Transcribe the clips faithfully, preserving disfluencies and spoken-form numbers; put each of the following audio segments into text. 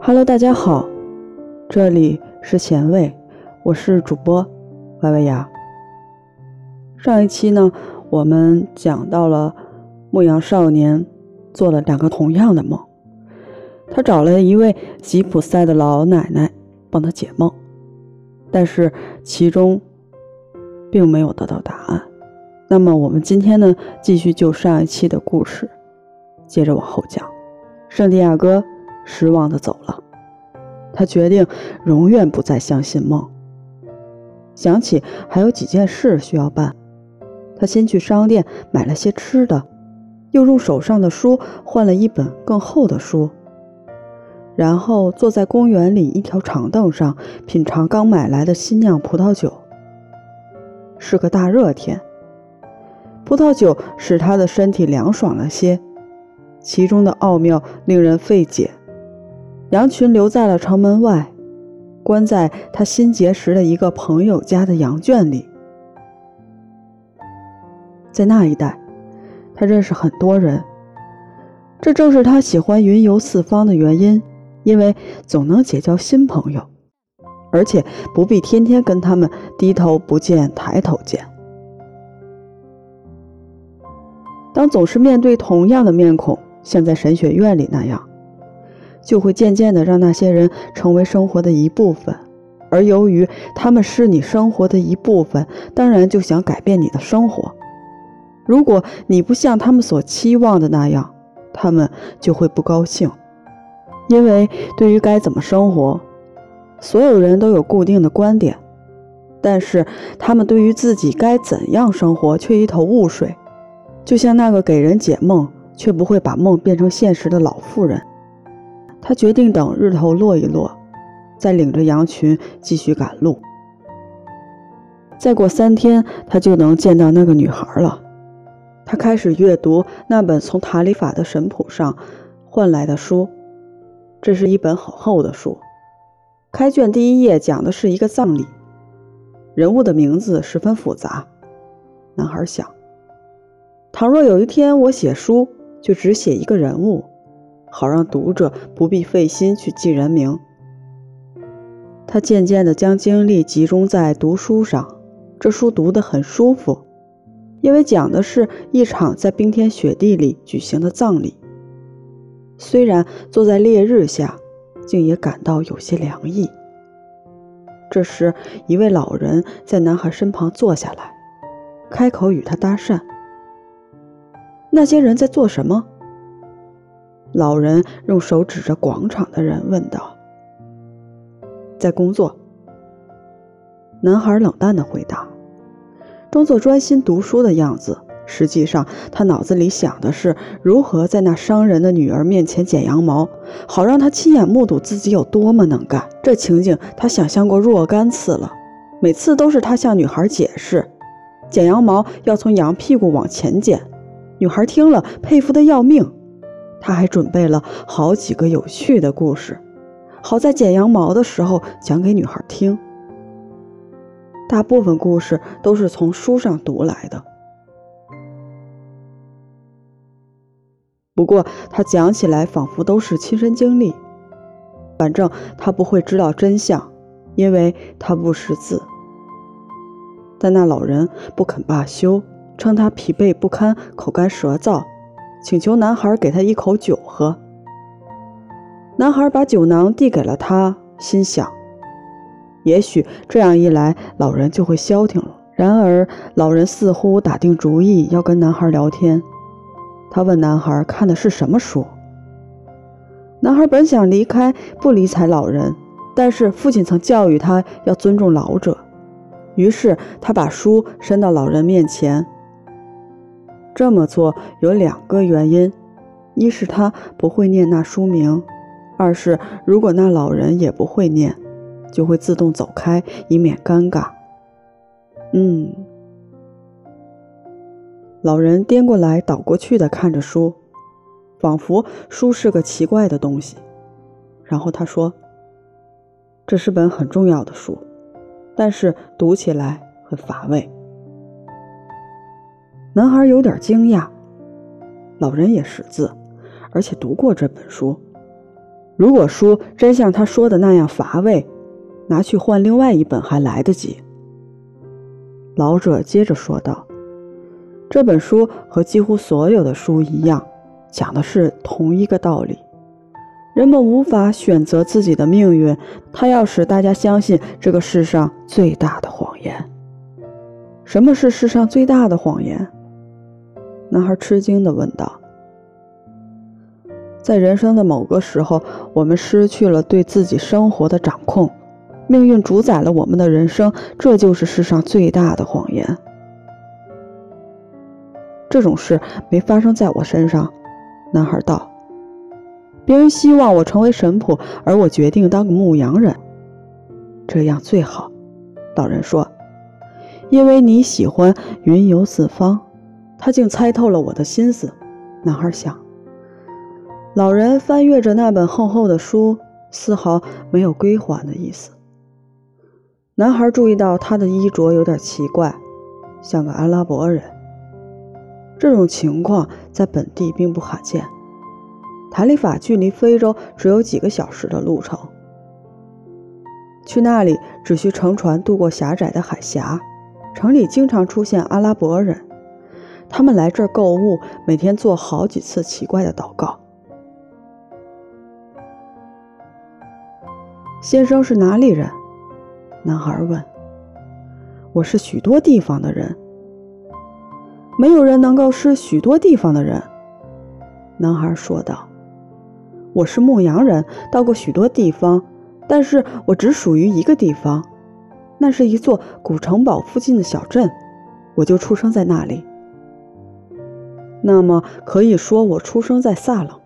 Hello， 大家好，这里是咸味，我是主播歪歪牙。上一期呢，我们讲到了牧羊少年做了两个同样的梦，他找了一位吉普赛的老奶奶帮他解梦，但是其中并没有得到答案。那么我们今天呢，继续就上一期的故事接着往后讲。圣地亚哥失望地走了，他决定永远不再相信梦。想起还有几件事需要办，他先去商店买了些吃的，又用手上的书换了一本更厚的书，然后坐在公园里一条长凳上品尝刚买来的新酿葡萄酒。是个大热天，葡萄酒使他的身体凉爽了些，其中的奥妙令人费解。羊群留在了城门外，关在他新结识的一个朋友家的羊圈里。在那一带，他认识很多人，这正是他喜欢云游四方的原因，因为总能结交新朋友，而且不必天天跟他们低头不见抬头见。当总是面对同样的面孔，像在神学院里那样，就会渐渐地让那些人成为生活的一部分，而由于他们是你生活的一部分，当然就想改变你的生活。如果你不像他们所期望的那样，他们就会不高兴。因为对于该怎么生活，所有人都有固定的观点，但是他们对于自己该怎样生活却一头雾水，就像那个给人解梦却不会把梦变成现实的老妇人。他决定等日头落一落，再领着羊群继续赶路。再过三天，他就能见到那个女孩了。他开始阅读那本从塔里法的神谱上换来的书，这是一本很厚的书。开卷第一页讲的是一个葬礼，人物的名字十分复杂。男孩想，倘若有一天我写书，就只写一个人物，好让读者不必费心去记人名。他渐渐地将精力集中在读书上，这书读得很舒服，因为讲的是一场在冰天雪地里举行的葬礼。虽然坐在烈日下，竟也感到有些凉意。这时，一位老人在男孩身旁坐下来，开口与他搭讪。那些人在做什么？老人用手指着广场的人问道。在工作。男孩冷淡地回答，装作专心读书的样子，实际上他脑子里想的是如何在那商人的女儿面前剪羊毛，好让他亲眼目睹自己有多么能干。这情景他想象过若干次了，每次都是他向女孩解释，剪羊毛要从羊屁股往前剪，女孩听了佩服得要命。他还准备了好几个有趣的故事，好在剪羊毛的时候讲给女孩听。大部分故事都是从书上读来的，不过他讲起来仿佛都是亲身经历。反正他不会知道真相，因为他不识字。但那老人不肯罢休，称他疲惫不堪，口干舌燥，请求男孩给他一口酒喝。男孩把酒囊递给了他，心想，也许这样一来，老人就会消停了。然而，老人似乎打定主意要跟男孩聊天。他问男孩看的是什么书。男孩本想离开，不理睬老人，但是父亲曾教育他要尊重老者，于是他把书伸到老人面前。这么做有两个原因，一是他不会念那书名，二是如果那老人也不会念，就会自动走开，以免尴尬。嗯，老人颠过来倒过去地看着书，仿佛书是个奇怪的东西。然后他说，这是本很重要的书，但是读起来很乏味。男孩有点惊讶，老人也识字，而且读过这本书。 如果书真像他说的那样乏味，拿去换另外一本还来得及。老者接着说道，这本书和几乎所有的书一样，讲的是同一个道理。人们无法选择自己的命运，它要使大家相信这个世上最大的谎言。什么是世上最大的谎言？男孩吃惊地问道。在人生的某个时候，我们失去了对自己生活的掌控，命运主宰了我们的人生，这就是世上最大的谎言。这种事没发生在我身上，男孩道。别人希望我成为神父，而我决定当个牧羊人。这样最好，老人说，因为你喜欢云游四方。他竟猜透了我的心思，男孩想。老人翻阅着那本厚厚的书，丝毫没有归还的意思。男孩注意到他的衣着有点奇怪，像个阿拉伯人。这种情况在本地并不罕见。台里法距离非洲只有几个小时的路程，去那里只需乘船渡过狭窄的海峡。城里经常出现阿拉伯人，他们来这儿购物，每天做好几次奇怪的祷告。先生是哪里人？男孩问。我是许多地方的人。没有人能够是许多地方的人，男孩说道。我是牧羊人，到过许多地方，但是我只属于一个地方，那是一座古城堡附近的小镇，我就出生在那里。那么可以说我出生在萨冷。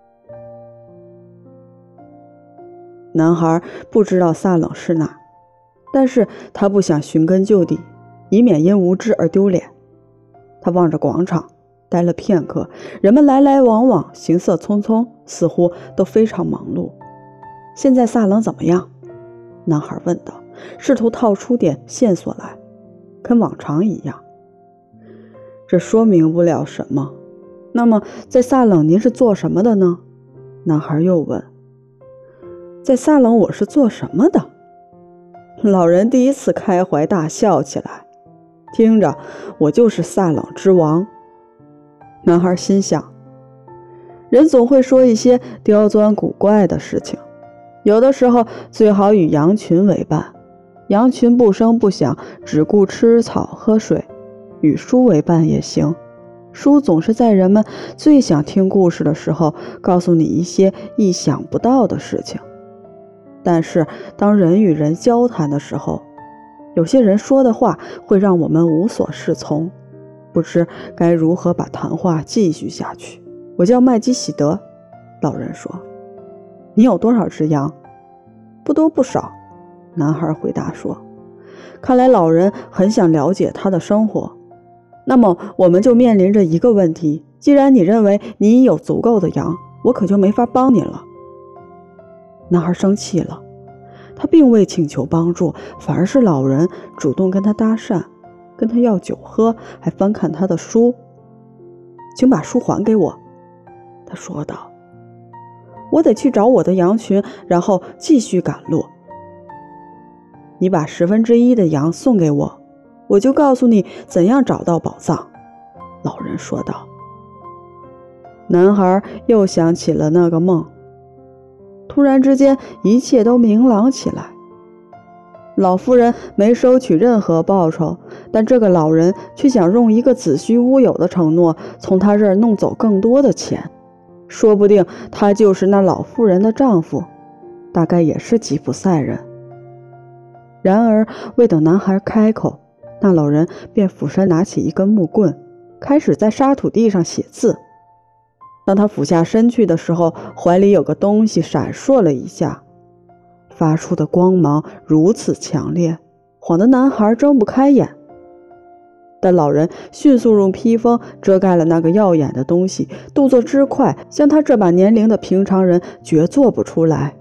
男孩不知道萨冷是哪，但是他不想寻根究底，以免因无知而丢脸。他望着广场，待了片刻，人们来来往往，行色匆匆，似乎都非常忙碌。现在萨冷怎么样？男孩问道，试图套出点线索来，跟往常一样。这说明不了什么。那么在萨冷您是做什么的呢？男孩又问。在萨冷我是做什么的？老人第一次开怀大笑起来，听着，我就是萨冷之王。男孩心想，人总会说一些刁钻古怪的事情，有的时候最好与羊群为伴。羊群不声不响，只顾吃草喝水，与书为伴也行。书总是在人们最想听故事的时候，告诉你一些意想不到的事情。但是当人与人交谈的时候，有些人说的话会让我们无所适从，不知该如何把谈话继续下去。我叫麦基喜德，老人说。你有多少只羊？不多不少，男孩回答说。看来老人很想了解他的生活。那么我们就面临着一个问题，既然你认为你已有足够的羊，我可就没法帮你了。男孩生气了，他并未请求帮助，反而是老人主动跟他搭讪，跟他要酒喝，还翻看他的书。请把书还给我，他说道。我得去找我的羊群，然后继续赶路。你把十分之一的羊送给我，我就告诉你怎样找到宝藏，老人说道。男孩又想起了那个梦，突然之间一切都明朗起来。老妇人没收取任何报酬，但这个老人却想用一个子虚乌有的承诺从他这儿弄走更多的钱。说不定他就是那老妇人的丈夫，大概也是吉普赛人。然而未等男孩开口，那老人便俯身拿起一根木棍，开始在沙土地上写字。当他俯下身去的时候，怀里有个东西闪烁了一下，发出的光芒如此强烈，晃得男孩睁不开眼。但老人迅速用披风遮盖了那个耀眼的东西，动作之快，像他这把年龄的平常人绝做不出来。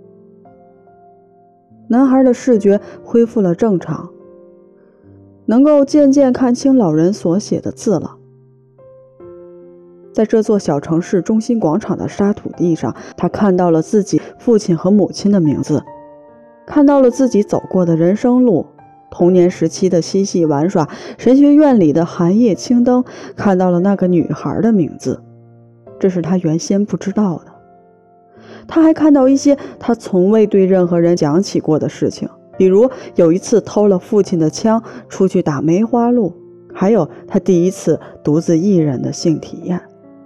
男孩的视觉恢复了正常，能够渐渐看清老人所写的字了。 在这座小城市中心广场的沙土地上，他看到了自己父亲和母亲的名字，看到了自己走过的人生路，童年时期的嬉戏玩耍，神学院里的寒夜青灯，看到了那个女孩的名字，这是他原先不知道的。他还看到一些他从未对任何人讲起过的事情，比如有一次偷了父亲的枪出去打梅花鹿，还有他第一次独自一人的性体验。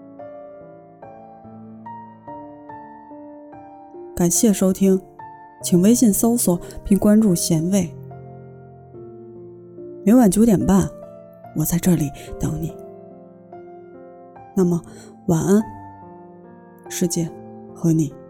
感谢收听，请微信搜索并关注咸味。每晚九点半，我在这里等你。那么，晚安，世界和你。